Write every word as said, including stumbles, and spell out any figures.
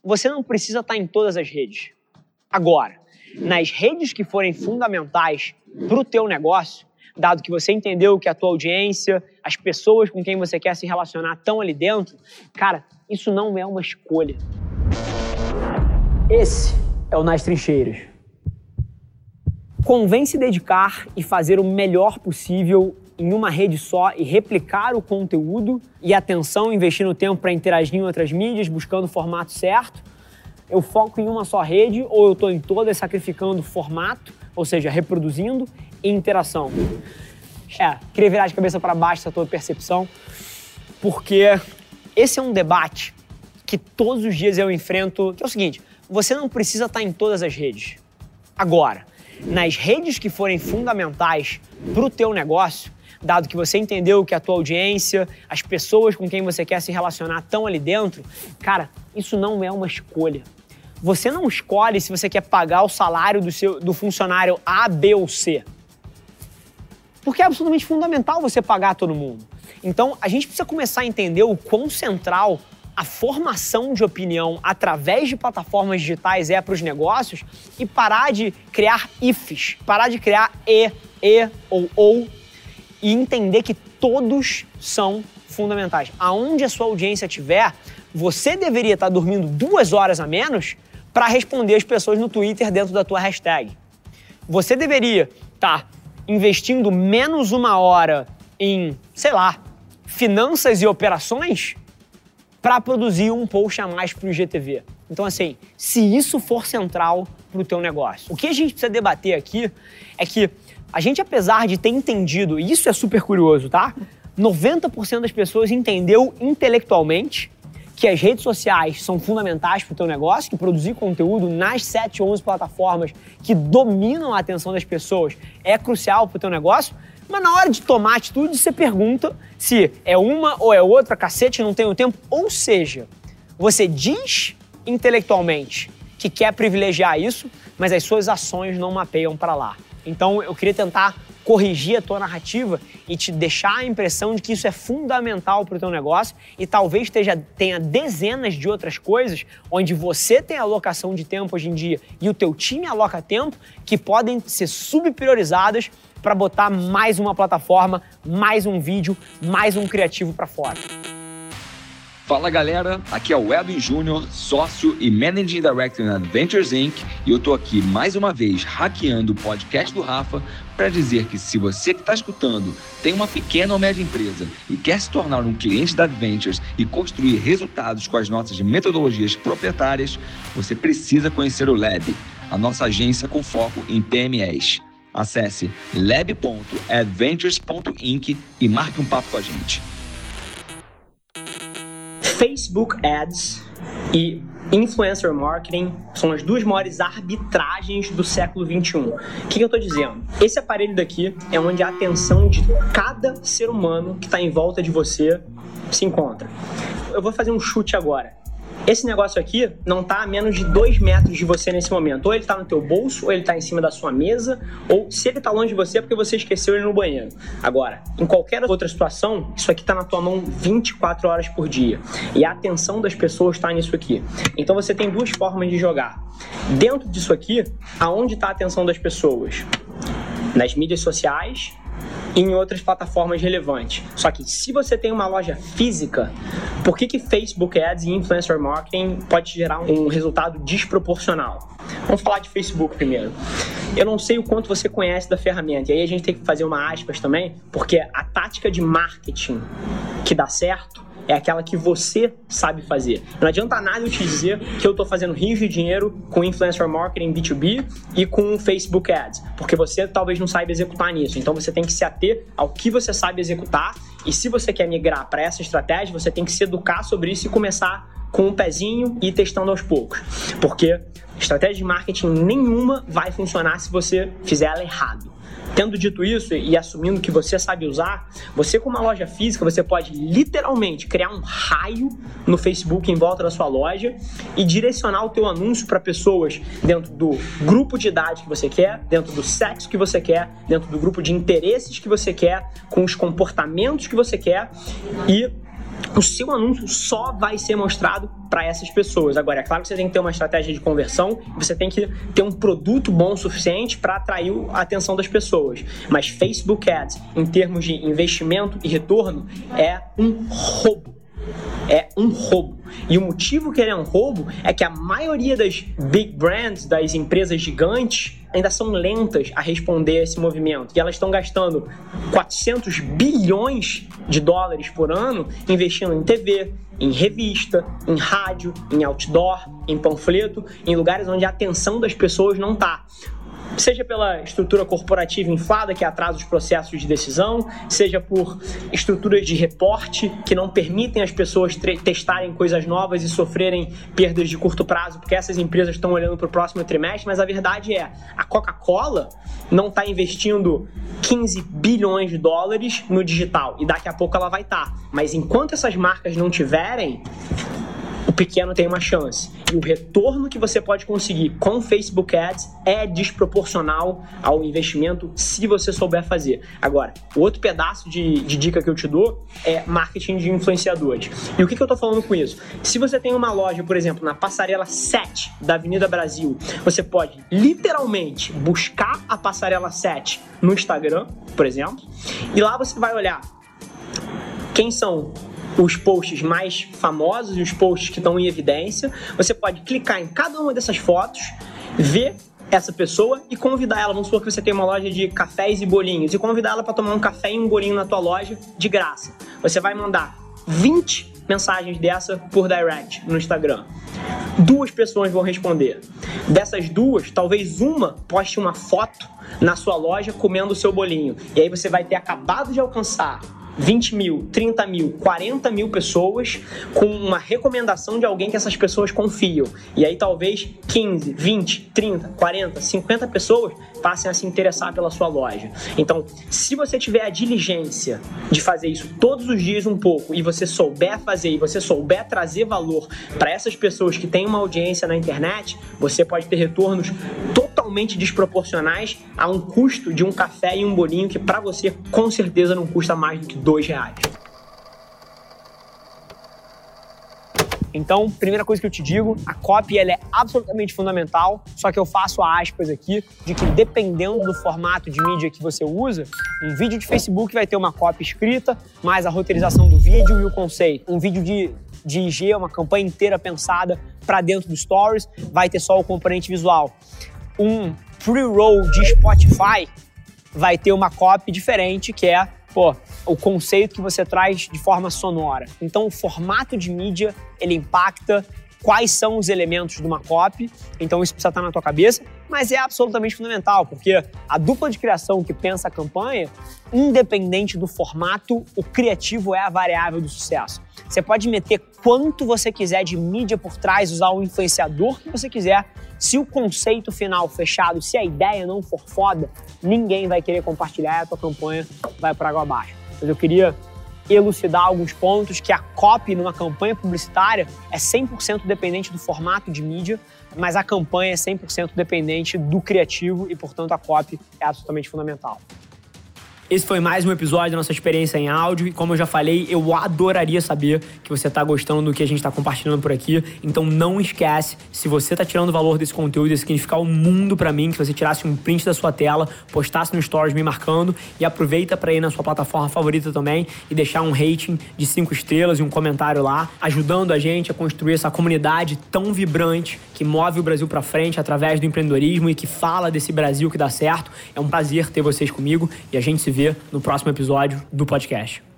você não precisa estar em todas as redes. Agora, nas redes que forem fundamentais para o teu negócio, dado que você entendeu que a tua audiência, as pessoas com quem você quer se relacionar estão ali dentro, cara, isso não é uma escolha. Esse é o Nas Trincheiras. Convém se dedicar e fazer o melhor possível em uma rede só e replicar o conteúdo e atenção, investindo tempo para interagir em outras mídias, buscando o formato certo. Eu foco em uma só rede ou eu estou em todas sacrificando formato, ou seja, reproduzindo e interação. É, queria virar de cabeça para baixo essa tua percepção, porque esse é um debate que todos os dias eu enfrento, que é o seguinte: você não precisa estar em todas as redes. Agora, nas redes que forem fundamentais para o teu negócio, dado que você entendeu que a tua audiência, as pessoas com quem você quer se relacionar estão ali dentro, cara, isso não é uma escolha. Você não escolhe se você quer pagar o salário do, seu, do funcionário A, B ou C. Porque é absolutamente fundamental você pagar todo mundo. Então, a gente precisa começar a entender o quão central a formação de opinião através de plataformas digitais é para os negócios e parar de criar ifs, parar de criar e, e ou ou e entender que todos são fundamentais. Aonde a sua audiência estiver, você deveria estar dormindo duas horas a menos para responder as pessoas no Twitter dentro da tua hashtag. Você deveria estar investindo menos uma hora em, sei lá, finanças e operações para produzir um post a mais para o I G T V. Então, assim, se isso for central para o teu negócio, o que a gente precisa debater aqui é que a gente, apesar de ter entendido, e isso é super curioso, tá? noventa por cento das pessoas entendeu intelectualmente que as redes sociais são fundamentais para o teu negócio, que produzir conteúdo nas sete, onze plataformas que dominam a atenção das pessoas é crucial para o teu negócio, mas na hora de tomar atitude, você pergunta se é uma ou é outra, cacete, não tenho tempo. Ou seja, você diz intelectualmente que quer privilegiar isso, mas as suas ações não mapeiam para lá. Então, eu queria tentar corrigir a tua narrativa e te deixar a impressão de que isso é fundamental para o teu negócio e talvez esteja, tenha dezenas de outras coisas onde você tem alocação de tempo hoje em dia e o teu time aloca tempo que podem ser subpriorizadas para botar mais uma plataforma, mais um vídeo, mais um criativo para fora. Fala galera, aqui é o Edwin Júnior, sócio e Managing Director na Adventures incorporated e eu tô aqui mais uma vez hackeando o podcast do Rafa para dizer que se você que está escutando tem uma pequena ou média empresa e quer se tornar um cliente da Adventures e construir resultados com as nossas metodologias proprietárias, você precisa conhecer o Lab, a nossa agência com foco em P M Es. Acesse lab ponto adventures ponto inc e marque um papo com a gente. Facebook Ads e Influencer Marketing são as duas maiores arbitragens do século vinte e um. O que, que eu estou dizendo? Esse aparelho daqui é onde a atenção de cada ser humano que está em volta de você se encontra. Eu vou fazer um chute agora. Esse negócio aqui não está a menos de dois metros de você nesse momento. Ou ele está no teu bolso, ou ele está em cima da sua mesa, ou se ele está longe de você é porque você esqueceu ele no banheiro. Agora, em qualquer outra situação, isso aqui está na tua mão vinte e quatro horas por dia. E a atenção das pessoas está nisso aqui. Então você tem duas formas de jogar. Dentro disso aqui, aonde está a atenção das pessoas? Nas mídias sociais e em outras plataformas relevantes. Só que se você tem uma loja física, por que que Facebook Ads e Influencer Marketing pode gerar um resultado desproporcional? Vamos falar de Facebook primeiro. Eu não sei o quanto você conhece da ferramenta, e aí a gente tem que fazer uma aspas também, porque a tática de marketing que dá certo é aquela que você sabe fazer. Não adianta nada eu te dizer que eu estou fazendo rios de dinheiro com Influencer Marketing B dois B e com Facebook Ads, porque você talvez não saiba executar nisso. Então você tem que se ater ao que você sabe executar, e se você quer migrar para essa estratégia, você tem que se educar sobre isso e começar com um pezinho e ir testando aos poucos. Porque estratégia de marketing nenhuma vai funcionar se você fizer ela errado. Tendo dito isso e assumindo que você sabe usar, você com uma loja física, você pode literalmente criar um raio no Facebook em volta da sua loja e direcionar o teu anúncio para pessoas dentro do grupo de idade que você quer, dentro do sexo que você quer, dentro do grupo de interesses que você quer, com os comportamentos que você quer e o seu anúncio só vai ser mostrado para essas pessoas. Agora, é claro que você tem que ter uma estratégia de conversão, você tem que ter um produto bom o suficiente para atrair a atenção das pessoas. Mas Facebook Ads, em termos de investimento e retorno, é um roubo. É um roubo. E o motivo que ele é um roubo é que a maioria das big brands, das empresas gigantes, ainda são lentas a responder a esse movimento. E elas estão gastando quatrocentos bilhões de dólares por ano investindo em T V, em revista, em rádio, em outdoor, em panfleto, em lugares onde a atenção das pessoas não está. Seja pela estrutura corporativa inflada que atrasa os processos de decisão, seja por estruturas de reporte que não permitem as pessoas testarem coisas novas e sofrerem perdas de curto prazo, porque essas empresas estão olhando para o próximo trimestre, mas a verdade é, a Coca-Cola não está investindo quinze bilhões de dólares no digital, e daqui a pouco ela vai estar. Mas enquanto essas marcas não tiverem, o pequeno tem uma chance. E o retorno que você pode conseguir com Facebook Ads é desproporcional ao investimento se você souber fazer. Agora, o outro pedaço de, de dica que eu te dou é marketing de influenciadores. E o que, que eu tô falando com isso? Se você tem uma loja, por exemplo, na Passarela sete da Avenida Brasil, você pode literalmente buscar a Passarela sete no Instagram, por exemplo, e lá você vai olhar quem são os posts mais famosos e os posts que estão em evidência. Você pode clicar em cada uma dessas fotos, ver essa pessoa e convidar ela. Vamos supor que você tem uma loja de cafés e bolinhos e convidar ela para tomar um café e um bolinho na tua loja de graça. Você vai mandar vinte mensagens dessa por direct no Instagram. Duas pessoas vão responder. Dessas duas, talvez uma poste uma foto na sua loja comendo o seu bolinho. E aí você vai ter acabado de alcançar vinte mil, trinta mil, quarenta mil pessoas com uma recomendação de alguém que essas pessoas confiam. E aí talvez quinze, vinte, trinta, quarenta, cinquenta pessoas passem a se interessar pela sua loja. Então, se você tiver a diligência de fazer isso todos os dias um pouco e você souber fazer e você souber trazer valor para essas pessoas que têm uma audiência na internet, você pode ter retornos totalmente desproporcionais a um custo de um café e um bolinho que para você com certeza não custa mais do que dois reais. Então, primeira coisa que eu te digo, a copy ela é absolutamente fundamental, só que eu faço aspas aqui de que dependendo do formato de mídia que você usa, um vídeo de Facebook vai ter uma copy escrita, mais a roteirização do vídeo e o conceito. Um vídeo de, de I G, uma campanha inteira pensada para dentro do Stories, vai ter só o componente visual. Um pre-roll de Spotify vai ter uma copy diferente, que é pô, o conceito que você traz de forma sonora. Então, o formato de mídia, ele impacta quais são os elementos de uma copy. Então, isso precisa estar na tua cabeça, mas é absolutamente fundamental, porque a dupla de criação que pensa a campanha, independente do formato, o criativo é a variável do sucesso. Você pode meter quanto você quiser de mídia por trás, usar o influenciador que você quiser. Se o conceito final fechado, se a ideia não for foda, ninguém vai querer compartilhar e a tua campanha vai por água abaixo. Mas eu queria elucidar alguns pontos que a copy numa campanha publicitária é cem por cento dependente do formato de mídia, mas a campanha é cem por cento dependente do criativo e, portanto, a copy é absolutamente fundamental. Esse foi mais um episódio da nossa experiência em áudio e, como eu já falei, eu adoraria saber que você está gostando do que a gente está compartilhando por aqui. Então não esquece, se você está tirando valor desse conteúdo, ia significar o mundo para mim, que você tirasse um print da sua tela, postasse no Stories me marcando e aproveita para ir na sua plataforma favorita também e deixar um rating de cinco estrelas e um comentário lá, ajudando a gente a construir essa comunidade tão vibrante que move o Brasil para frente através do empreendedorismo e que fala desse Brasil que dá certo. É um prazer ter vocês comigo e a gente se vê no próximo episódio do podcast.